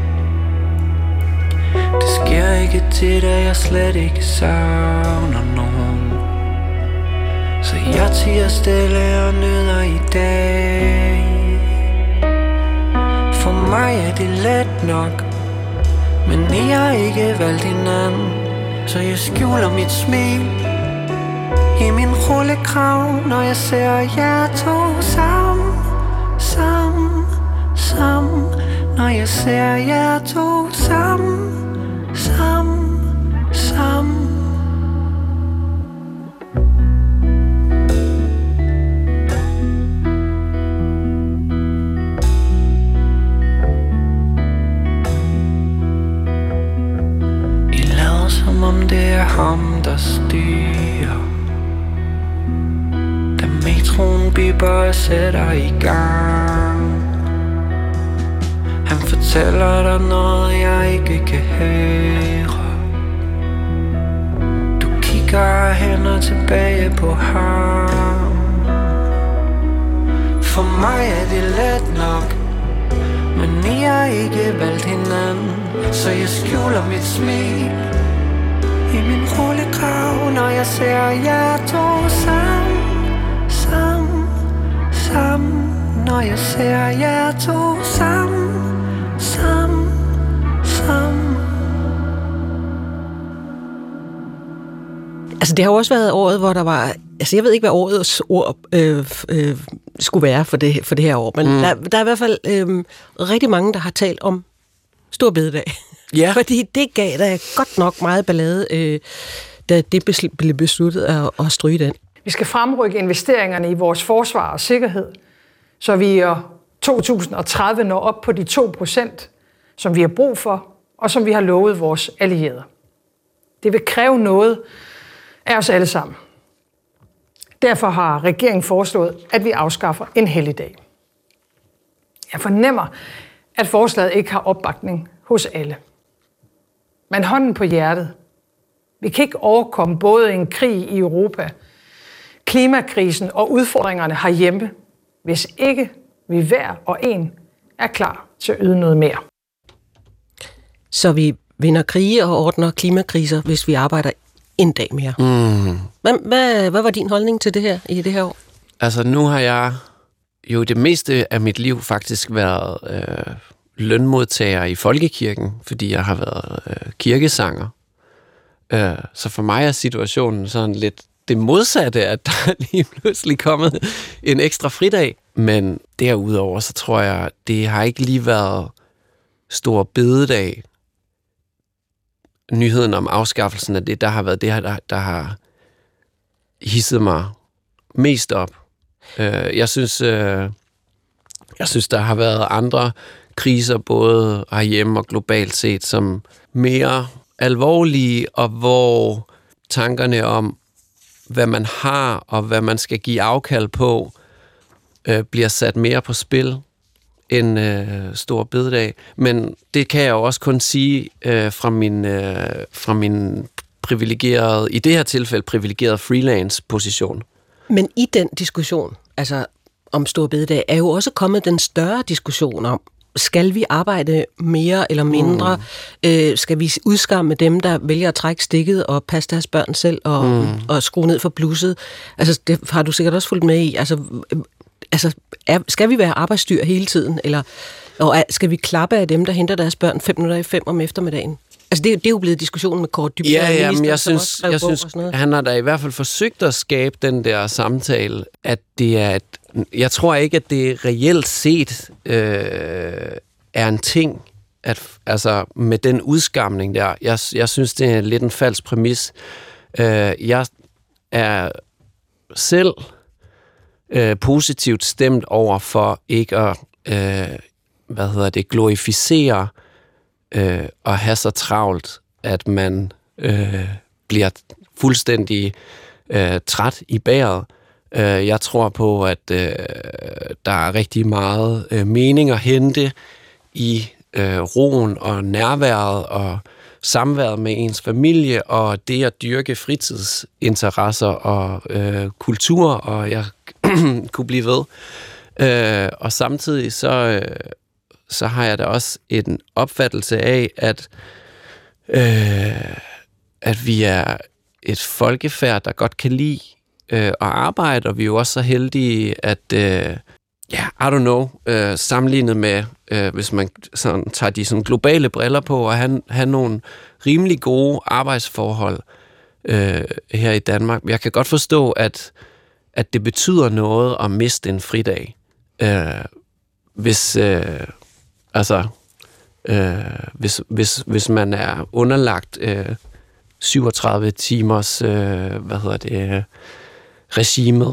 Det sker ikke tit, at jeg slet ikke savner nogen. Så jeg tiger stille og nyder i dag. For mig er det let nok, men I har ikke valgt hinanden. Så jeg skjuler mit smil i min rullekrav, når jeg ser jer to sammen. Sammen, sammen, når jeg ser jer to sammen, sammen, sammen. I lader som om det er ham, der styrer. Metroen biber og sætter i gang. Han fortæller dig noget, jeg ikke kan høre. Du kigger hen og tilbage på ham. For mig er det let nok, men I har ikke valgt hinanden. Så jeg skjuler mit smil i min rullekrav, når jeg ser jer to sammen. Sammen, sammen, når jeg ser jer to sammen, sammen, sammen. Altså det har jo også været året, hvor der var, altså jeg ved ikke, hvad årets ord øh, øh, skulle være for det, for det her år, men mm. der, der er i hvert fald øh, rigtig mange, der har talt om Stor Bededag. Ja. Fordi det gav da godt nok meget ballade, øh, da det blev besluttet at, at stryge den. Vi skal fremrykke investeringerne i vores forsvar og sikkerhed, så vi i to tusind og tredive når op på de to procent, som vi har brug for, og som vi har lovet vores allierede. Det vil kræve noget af os alle sammen. Derfor har regeringen foreslået, at vi afskaffer en helligdag. Jeg fornemmer, at forslaget ikke har opbakning hos alle. Men hånden på hjertet. Vi kan ikke overkomme både en krig i Europa, klimakrisen og udfordringerne herhjemme, hvis ikke vi hver og en er klar til at yde noget mere. Så vi vinder krige og ordner klimakriser, hvis vi arbejder en dag mere. Mm. Hvad, hvad, hvad var din holdning til det her i det her år? Altså, nu har jeg jo det meste af mit liv faktisk været øh, lønmodtager i folkekirken, fordi jeg har været øh, kirkesanger. Øh, så for mig er situationen sådan lidt det modsatte, at der er lige pludselig kommet en ekstra fridag. Men derudover, så tror jeg, det har ikke lige været stor bededag. Nyheden om afskaffelsen af det, der har været det her, der, der har hisset mig mest op. Øh, jeg synes, øh, jeg synes, der har været andre kriser, både herhjemme og globalt set, som mere alvorlige, og hvor tankerne om, hvad man har, og hvad man skal give afkald på, øh, bliver sat mere på spil end øh, stor bededag. Men det kan jeg jo også kun sige øh, fra min, øh, fra min privilegerede, i det her tilfælde privilegerede freelance-position. Men i den diskussion, altså om stor bededag, er jo også kommet den større diskussion om, skal vi arbejde mere eller mindre? Mm. Øh, skal vi udskamme dem, der vælger at trække stikket og passe deres børn selv og, mm. og skrue ned for blusset? Altså, det har du sikkert også fulgt med i. Altså, øh, altså er, skal vi være arbejdsdyr hele tiden? Eller og er, skal vi klappe af dem, der henter deres børn fem minutter i fem om eftermiddagen? Altså, det, det er jo blevet diskussionen med Kåre Dybvad. Ja, ja, men jeg synes, jeg synes han har da i hvert fald forsøgt at skabe den der samtale, at det er et, jeg tror ikke, at det reelt set øh, er en ting, at, altså med den udskamning der. Jeg, jeg synes, det er lidt en falsk præmis. Øh, jeg er selv øh, positivt stemt over for ikke at, øh, hvad hedder det, glorificere øh, og have så travlt, at man øh, bliver fuldstændig øh, træt i bæret. Jeg tror på, at øh, der er rigtig meget øh, mening at hente i øh, roen og nærværet og samværet med ens familie og det at dyrke fritidsinteresser og øh, kultur, og jeg kunne blive ved. Øh, og samtidig så, øh, så har jeg da også en opfattelse af, at, øh, at vi er et folkefærd, der godt kan lide at arbejde, og vi er jo også så heldige, at, øh, ja, yeah, I don't know, øh, sammenlignet med, øh, hvis man sådan, tager de sådan globale briller på, og have, have nogle rimelig gode arbejdsforhold øh, her i Danmark. Jeg kan godt forstå, at, at det betyder noget at miste en fridag. Øh, hvis, øh, altså, øh, hvis, hvis, hvis man er underlagt øh, syvogtredive timers, øh, hvad hedder det, øh, regimet.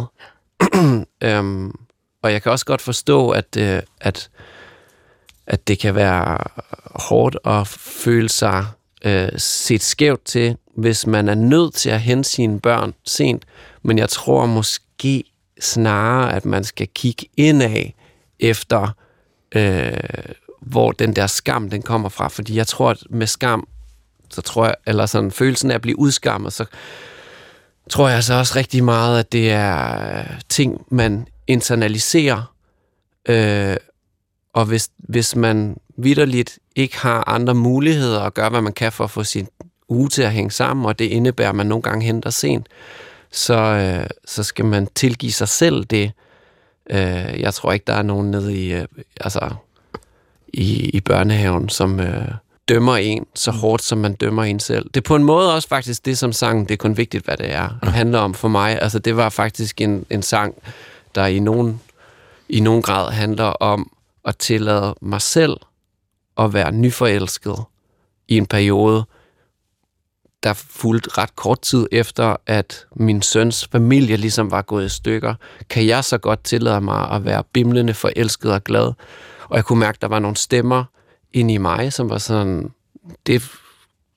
um, og jeg kan også godt forstå, at, uh, at, at det kan være hårdt at føle sig uh, set skævt til, hvis man er nødt til at hente sine børn sent. Men jeg tror måske snarere, at man skal kigge indad efter, uh, hvor den der skam, den kommer fra. Fordi jeg tror, at med skam, så tror jeg, eller sådan følelsen af at blive udskammet, så tror jeg så også rigtig meget, at det er ting, man internaliserer. Øh, og hvis, hvis man vitterligt ikke har andre muligheder at gøre, hvad man kan for at få sin uge til at hænge sammen, og det indebærer, at man nogle gange henter sent, så, øh, så skal man tilgive sig selv det. Øh, jeg tror ikke, der er nogen nede i, øh, altså, i, i børnehaven, som Øh, dømmer en så hårdt, som man dømmer en selv. Det er på en måde også faktisk det, som sangen Det er kun vigtigt, hvad det er, det handler om for mig. Altså, det var faktisk en, en sang, der i nogen, i nogen grad handler om at tillade mig selv at være nyforelsket i en periode, der fulgte ret kort tid efter, at min søns familie ligesom var gået i stykker. Kan jeg så godt tillade mig at være bimlende forelsket og glad? Og jeg kunne mærke, at der var nogle stemmer ind i mig, som var sådan, det,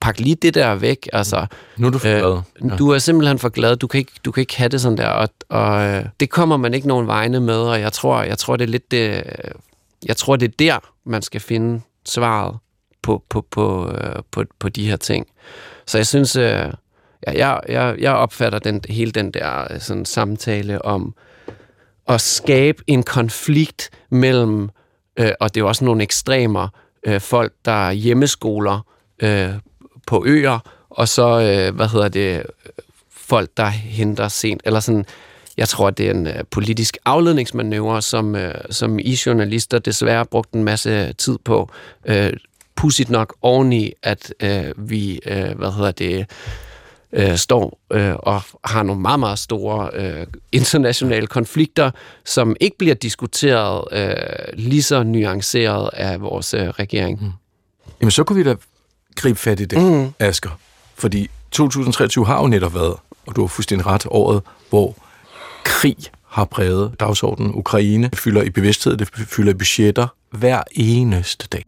pak lige det der væk. Altså, nu er du for glad. Øh, du er simpelthen for glad. Du kan ikke, du kan ikke have det sådan der. Og, og øh, det kommer man ikke nogen vegne med, og jeg tror, jeg tror det er lidt det, jeg tror, det er der, man skal finde svaret på, på, på, øh, på, på de her ting. Så jeg synes, øh, ja, jeg, jeg, jeg opfatter den, hele den der sådan, samtale om at skabe en konflikt mellem, øh, og det er jo også nogle ekstremer, øh, folk, der er hjemmeskoler øh, på øer, og så, øh, hvad hedder det, folk, der henter sent, eller sådan, jeg tror, det er en øh, politisk afledningsmanøvre, som, øh, som I journalister desværre har brugt en masse tid på. Øh, pudsigt nok oveni, at øh, vi, øh, hvad hedder det, øh, står øh, og har nogle meget, meget store øh, internationale konflikter, som ikke bliver diskuteret øh, lige så nuanceret af vores øh, regering. Mm. Jamen, så kunne vi da gribe fat i det, mm. Asger. Fordi to tusind treogtyve har jo netop været, og du har fuldstændig ret, året, hvor krig har præget dagsordenen. Ukraine fylder i bevidsthed, det fylder i budgetter hver eneste dag.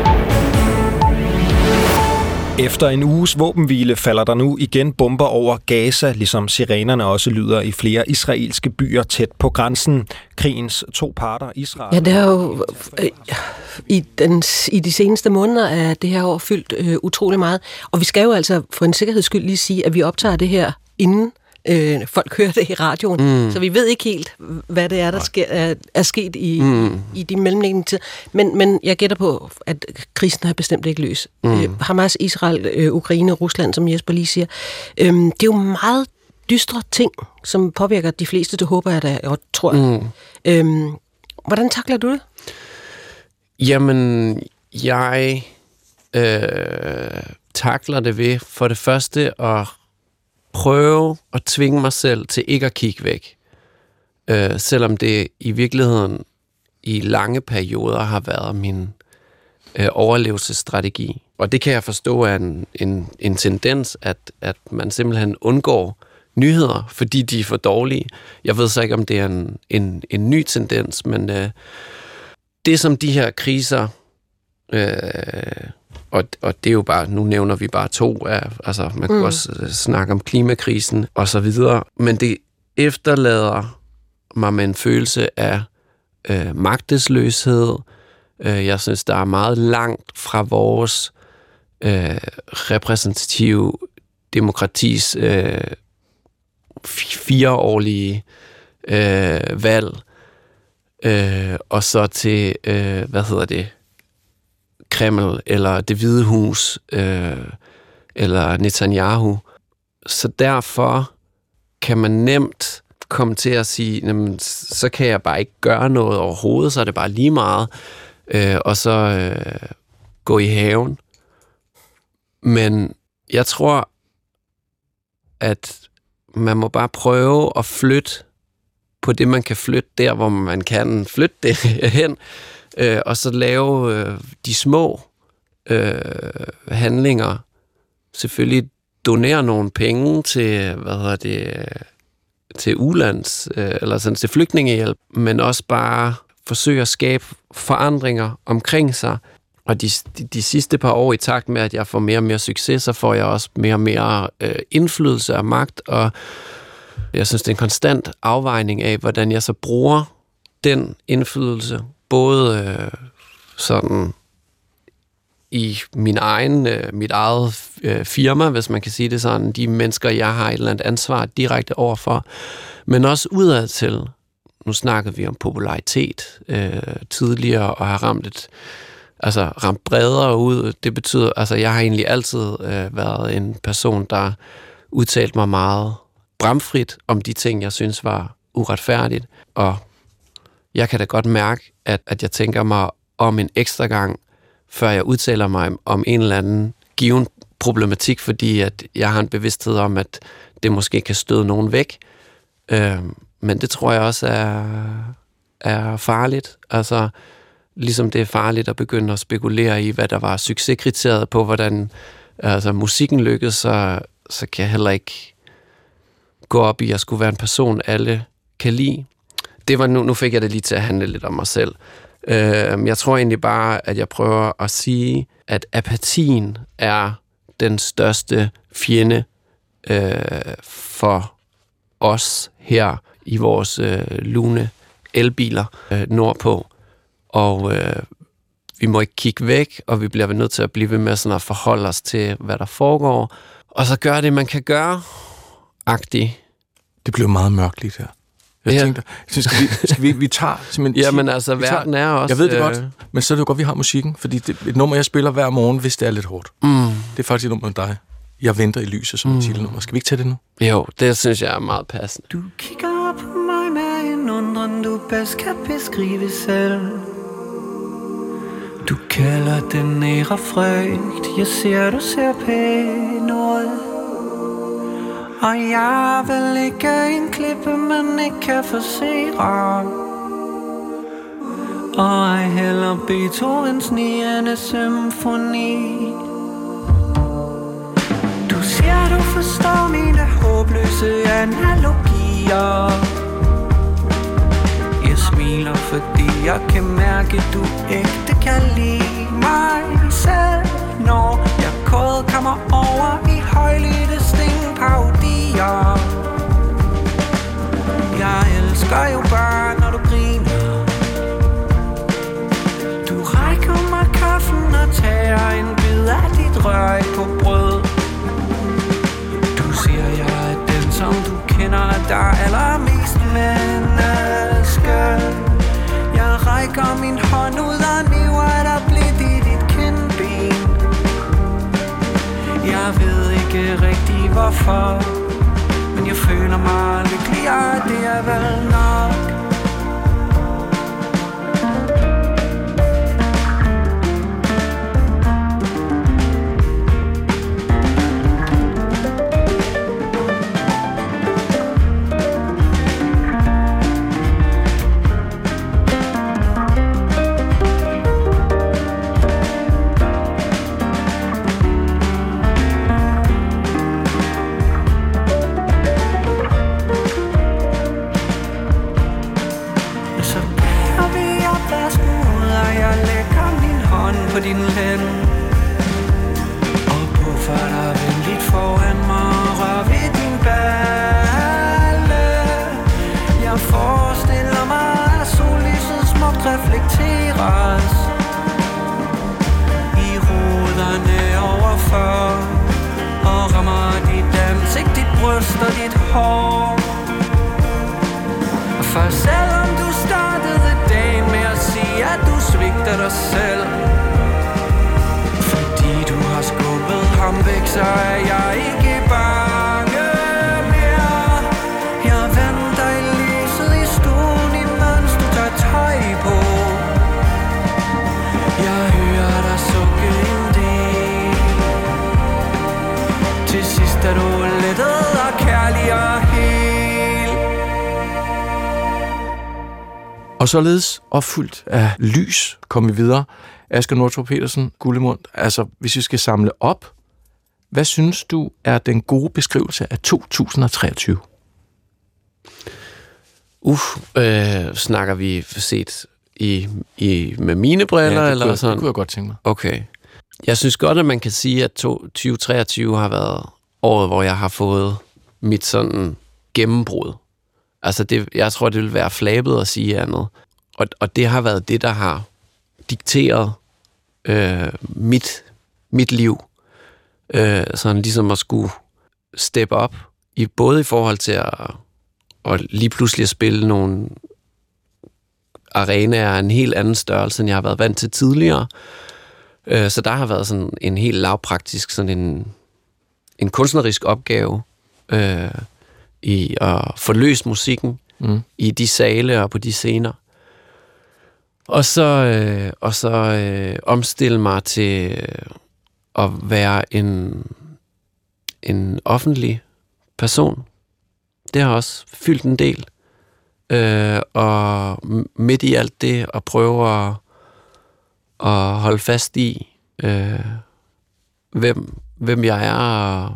Efter en uges våbenhvile falder der nu igen bomber over Gaza, ligesom sirenerne også lyder i flere israelske byer tæt på grænsen. Krigens to parter, Israel... Ja, det er jo... Øh, i, den, I de seneste måneder er det her år fyldt øh, utrolig meget. Og vi skal jo altså for en sikkerheds skyld lige sige, at vi optager det her inden øh, folk hører det i radioen. Mm. Så vi ved ikke helt, hvad det er, der sker, er, er sket i, mm. i de mellemliggende tider. Men, men jeg gætter på, at krisen har bestemt ikke løs. Mm. Øh, Hamas, Israel, øh, Ukraine, Rusland, som Jesper lige siger. Øh, det er jo meget dystre ting, som påvirker de fleste, det håber jeg da, og tror jeg. Mm. Øh, hvordan takler du det? Jamen, jeg øh, takler det ved for det første at prøve at tvinge mig selv til ikke at kigge væk. Øh, selvom det i virkeligheden i lange perioder har været min øh, overlevelsesstrategi. Og det kan jeg forstå er en, en, en tendens, at, at man simpelthen undgår nyheder, fordi de er for dårlige. Jeg ved så ikke, om det er en, en, en ny tendens, men øh, det som de her kriser, øh, og, og det er jo bare, nu nævner vi bare to af, altså man kan mm. også snakke om klimakrisen og så videre, men det efterlader mig med en følelse af øh, magtesløshed. Øh, jeg synes, der er meget langt fra vores øh, repræsentative demokratis øh, fireårlige øh, valg, øh, og så til, øh, hvad hedder det, Kreml, eller Det Hvide Hus, øh, eller Netanyahu. Så derfor kan man nemt komme til at sige, jamen, så kan jeg bare ikke gøre noget overhovedet, så er det bare lige meget, øh, og så øh, gå i haven. Men jeg tror, at man må bare prøve at flytte på det, man kan flytte der, hvor man kan flytte det hen, øh, og så lave øh, de små øh, handlinger. Selvfølgelig donere nogle penge til, hvad hedder det, til ulands, øh, eller sådan til flygtningehjælp, men også bare forsøge at skabe forandringer omkring sig. Og de, de, de sidste par år, i takt med, at jeg får mere og mere succes, så får jeg også mere og mere øh, indflydelse og magt, og jeg synes, det er en konstant afvejning af, hvordan jeg så bruger den indflydelse, både øh, sådan i min egen, øh, mit eget øh, firma, hvis man kan sige det sådan, de mennesker, jeg har et eller andet ansvar direkte overfor, men også udadtil. Nu snakkede vi om popularitet øh, tidligere, og har ramt et, altså ramt bredere ud. Det betyder, altså jeg har egentlig altid øh, været en person, der udtalt mig meget bramfrit om de ting, jeg synes var uretfærdigt, og jeg kan da godt mærke, at, at jeg tænker mig om en ekstra gang, før jeg udtaler mig om en eller anden given problematik, fordi at jeg har en bevidsthed om, at det måske kan støde nogen væk. Øh, men det tror jeg også er, er farligt. Altså, ligesom det er farligt at begynde at spekulere i, hvad der var succeskriteriet på, hvordan altså, musikken lykkedes, så, så kan jeg heller ikke gå op i, at jeg skulle være en person, alle kan lide. Det var nu, nu fik jeg det lige til at handle lidt om mig selv. Øh, jeg tror egentlig bare, at jeg prøver at sige, at apatien er den største fjende øh, for os her i vores øh, lune elbiler øh, nordpå. Og øh, vi må ikke kigge væk, og vi bliver nødt til at blive ved med sådan at forholde os til, hvad der foregår. Og så gøre det, man kan gøre, agtigt. Det blev meget mørkt lige her. Jeg ja. tænkte, skal vi, skal vi, vi tager simpelthen... Jamen altså, verden er også... Jeg ved det godt, men så er det jo godt, vi har musikken, fordi det et nummer, jeg spiller hver morgen, hvis det er lidt hårdt. Mm. Det er faktisk et nummer med dig. Jeg venter i lyset som mm. et titelnummer. Skal vi ikke tage det nu? Jo, det synes jeg er meget passende. Du kigger på mig med en undren, du bedst kan beskrive selv. Du kalder den nære frygt. Jeg ser, du ser pæn ud. Og jeg vil ikke en klippe, man ikke kan forsere. Og ej heller Beethovens niende symfoni. Du siger, du forstår mine håbløse analogier. Jeg smiler, fordi jeg kan mærke, du ægte kan lide mig selv. Når jeg kode kommer over i højlytte stingparodier. Jeg elsker jo bare, når du griner. Du rækker mig kaffen og tager en bid af dit røg på brød. Du siger, jeg er den, som du kender, der er allermest menneske. Jeg rækker min hånd ud og niver, der blidt i dit kindben. Jeg ved ikke rigtig hvorfor, men jeg føler mig lykkelig, og det er vel nok. På din lænd og puffer dig venligt foran mig og rør ved din balle. Jeg forestiller mig, at sollyset smukt reflekteres i ruderne overfor og rammer dit ansigt, dit bryst og dit hår. For selvom du startede dagen med at sige, at du svigter dig selv, skubbet ham væk, så er jeg ikke bange mere. Jeg venter i lyset i stuen, imens du tager tøj på. Jeg hører dig sukke en del. Til sidst er du lettet og kærlig og hel. Og således opfyldt af lys kom vi videre. Asger Nortrup Petersen, Gullemund, altså hvis vi skal samle op, hvad synes du er den gode beskrivelse af to tusind og treogtyve? Uff, øh, snakker vi set i, i, med mine briller? Ja, det, eller kunne, sådan? Det kunne jeg godt tænke mig. Okay. Jeg synes godt, at man kan sige, at tyve treogtyve har været året, hvor jeg har fået mit sådan gennembrud. Altså, det, jeg tror, det vil være flabet at sige andet. Og, og det har været det, der har dikteret øh, mit, mit liv. Øh, sådan ligesom at skulle steppe op, i, både i forhold til at, at lige pludselig at spille nogle arenaer af en helt anden størrelse, end jeg har været vant til tidligere. Øh, så der har været sådan en helt lavpraktisk, sådan en, en kunstnerisk opgave øh, i at forløse musikken mm. i de sale og på de scener. Og så, øh, og så øh, omstille mig til øh, at være en, en offentlig person. Det har også fyldt en del. Øh, og midt i alt det at prøve at, at holde fast i, øh, hvem, hvem jeg er, og,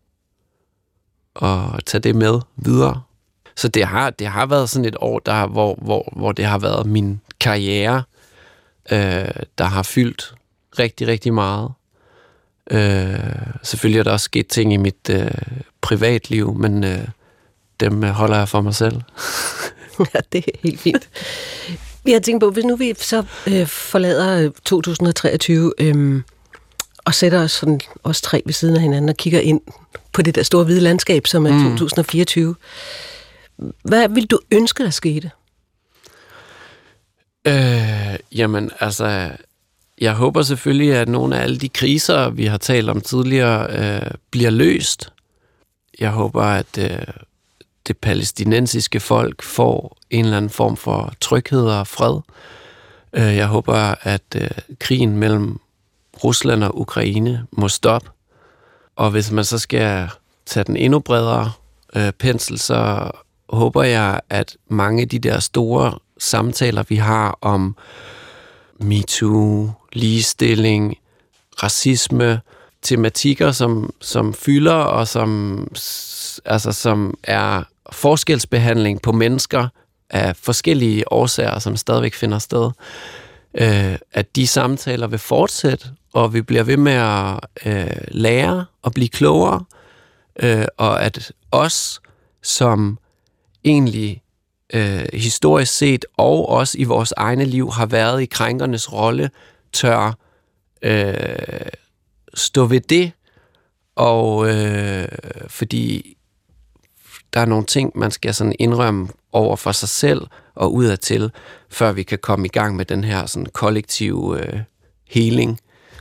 og tage det med videre. Så det har, det har været sådan et år, der, hvor, hvor, hvor det har været min karriere, øh, der har fyldt rigtig, rigtig meget. Øh, selvfølgelig er der også sket ting i mit øh, privatliv, men øh, dem holder jeg for mig selv. Ja, det er helt fint. Vi har tænkt på, hvis nu vi så øh, forlader to tusind treogtyve øh, og sætter os sådan, os tre ved siden af hinanden og kigger ind på det der store hvide landskab, som er mm. to tusind fireogtyve. Hvad vil du ønske, der skete? Øh, jamen, altså, jeg håber selvfølgelig, at nogle af alle de kriser, vi har talt om tidligere, øh, bliver løst. Jeg håber, at øh, det palæstinensiske folk får en eller anden form for tryghed og fred. Øh, jeg håber, at øh, krigen mellem Rusland og Ukraine må stoppe. Og hvis man så skal tage den endnu bredere øh, pensel, så håber jeg, at mange af de der store samtaler, vi har om MeToo, ligestilling, racisme, tematikker, som, som fylder og som, altså, som er forskelsbehandling på mennesker af forskellige årsager, som stadigvæk finder sted, øh, at de samtaler vil fortsætte, og vi bliver ved med at øh, lære og blive klogere, øh, og at os, som egentlig øh, historisk set og også i vores egne liv har været i krænkernes rolle, tør øh, stå ved det, og øh, fordi der er nogle ting, man skal sådan indrømme over for sig selv og udadtil, før vi kan komme i gang med den her sådan kollektive øh, healing.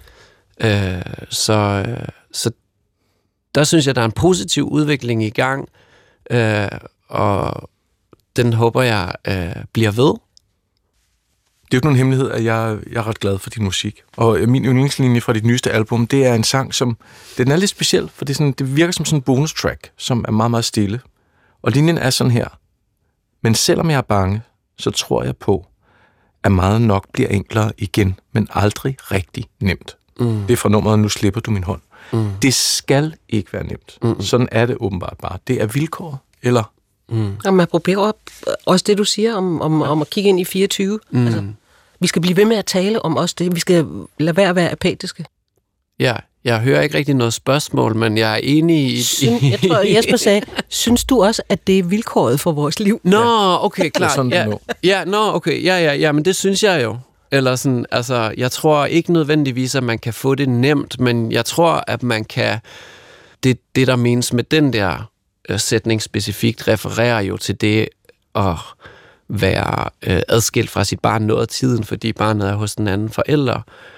Øh, så, øh, så der synes jeg, der er en positiv udvikling i gang, øh, og den håber jeg øh, bliver ved. Det er jo ikke nogen hemmelighed, at jeg, jeg er ret glad for din musik. Og min yndlingslinje fra dit nyeste album, det er en sang, som den er lidt speciel, for det, er sådan, det virker som sådan en bonus track, som er meget, meget stille. Og linjen er sådan her. Men selvom jeg er bange, så tror jeg på, at meget nok bliver enklere igen, men aldrig rigtig nemt. Mm. Det er fra nummeret, nu slipper du min hånd. Mm. Det skal ikke være nemt. Mm. Sådan er det åbenbart bare. Det er vilkår, eller... Mm. Og man proberer også det, du siger om, om, om at kigge ind i fireogtyve. Mm. Altså, vi skal blive ved med at tale om også det. Vi skal lade være at være apatiske. Ja, jeg hører ikke rigtig noget spørgsmål, men jeg er enig i... Syn, jeg tror, Jesper sagde, synes du også, at det er vilkåret for vores liv? Nå, okay, klart. Ja, ja, nå, okay, ja, ja, ja, men det synes jeg jo. Eller sådan, altså, jeg tror ikke nødvendigvis, at man kan få det nemt, men jeg tror, at man kan... Det, det der menes med den der sætning specifikt, refererer jo til det at være øh, adskilt fra sit barn noget af tiden, fordi barnet er hos den anden forælder.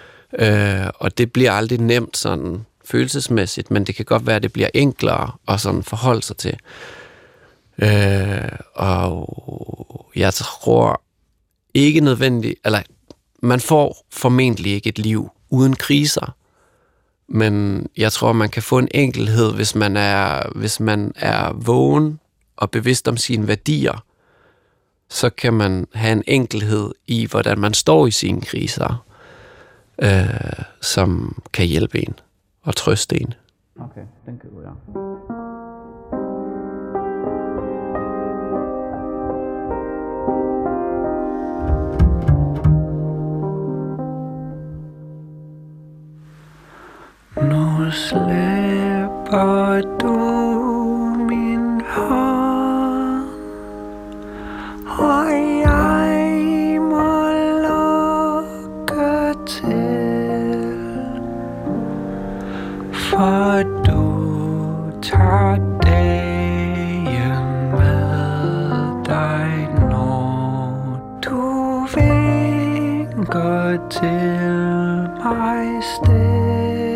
Øh, og det bliver aldrig nemt sådan følelsesmæssigt, men det kan godt være, at det bliver enklere at sådan forholde sig til. Øh, og jeg tror ikke nødvendigt, eller man får formentlig ikke et liv uden kriser, men jeg tror, man kan få en enkelhed, hvis man er, hvis man er vågen og bevidst om sine værdier, så kan man have en enkelhed i, hvordan man står i sine kriser, øh, som kan hjælpe en og trøste en. Okay, den kan jeg. Nu slipper du min hånd, og jeg må lukke til, for du tager dagen med dig, når du vinker til mig stille.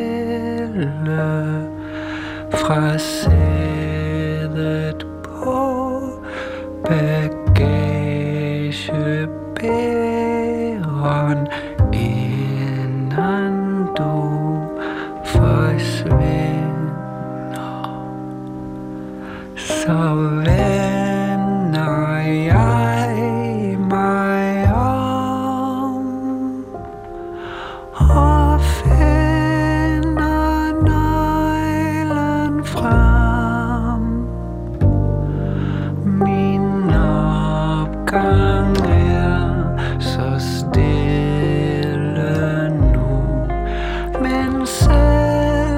Fra sædet på bagagebæreren, inden du forsvinder, så vender jeg mig om og gang er så stille nu, men selv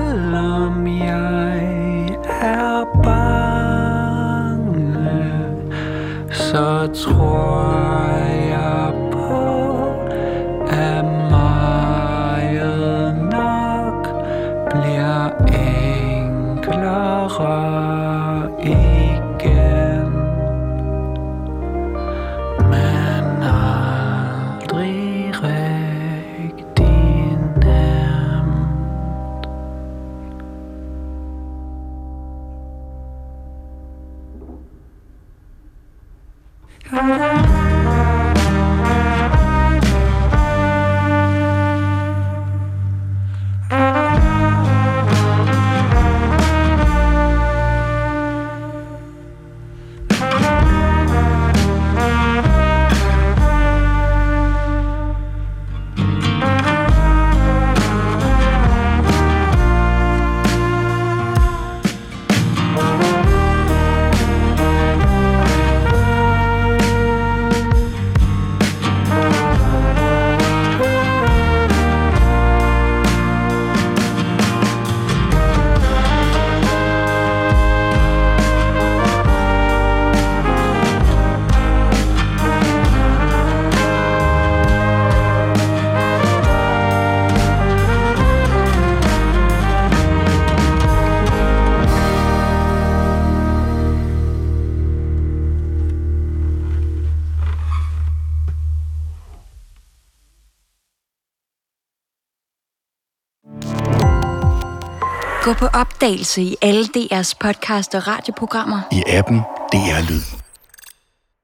Gå på opdagelse i alle D R's podcast og radioprogrammer. I appen D R Lyd.